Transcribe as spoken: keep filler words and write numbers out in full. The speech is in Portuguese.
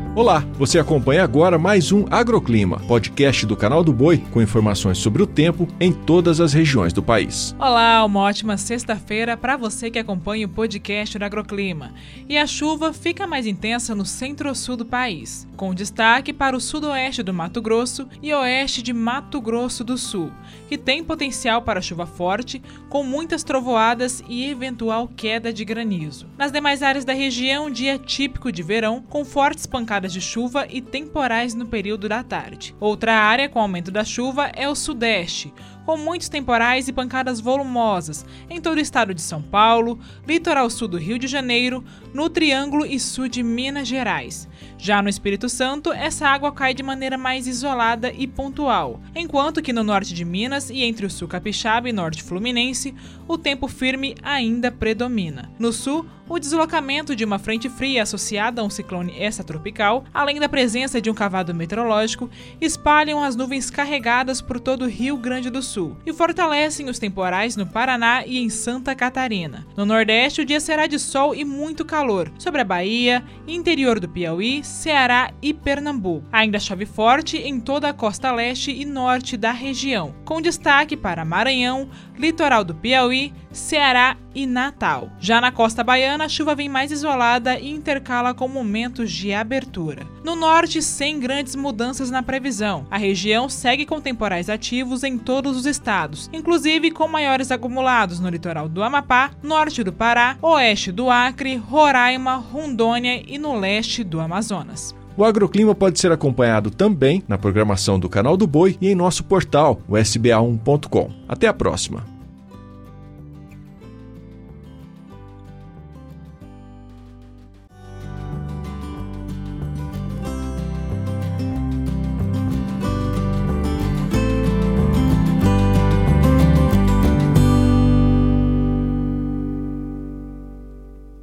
Olá, você acompanha agora mais um Agroclima, podcast do Canal do Boi com informações sobre o tempo em todas as regiões do país. Olá, uma ótima sexta-feira para você que acompanha o podcast do Agroclima. E a chuva fica mais intensa no centro-sul do país, com destaque para o sudoeste do Mato Grosso e oeste de Mato Grosso do Sul, que tem potencial para chuva forte, com muitas trovoadas e eventual queda de granizo. Nas demais áreas da região, dia típico de verão, com fortes pancadas de chuva e temporais no período da tarde. Outra área com aumento da chuva é o sudeste, com muitos temporais e pancadas volumosas em todo o estado de São Paulo, litoral sul do Rio de Janeiro, no Triângulo e sul de Minas Gerais. Já no Espírito Santo, essa água cai de maneira mais isolada e pontual, enquanto que no norte de Minas e entre o sul capixaba e norte fluminense, o tempo firme ainda predomina. No sul, o deslocamento de uma frente fria associada a um ciclone extratropical, além da presença de um cavado meteorológico, espalham as nuvens carregadas por todo o Rio Grande do Sul e fortalecem os temporais no Paraná e em Santa Catarina. No Nordeste, o dia será de sol e muito calor, sobre a Bahia, interior do Piauí, Ceará e Pernambuco. Ainda chove forte em toda a costa leste e norte da região, com destaque para Maranhão, litoral do Piauí, Ceará e Natal. Já na costa baiana, a chuva vem mais isolada e intercala com momentos de abertura. No norte, sem grandes mudanças na previsão. A região segue com temporais ativos em todos os estados, inclusive com maiores acumulados no litoral do Amapá, norte do Pará, oeste do Acre, Roraima, Rondônia e no leste do Amazonas. O Agroclima pode ser acompanhado também na programação do Canal do Boi e em nosso portal, o S B A um ponto com. Até a próxima!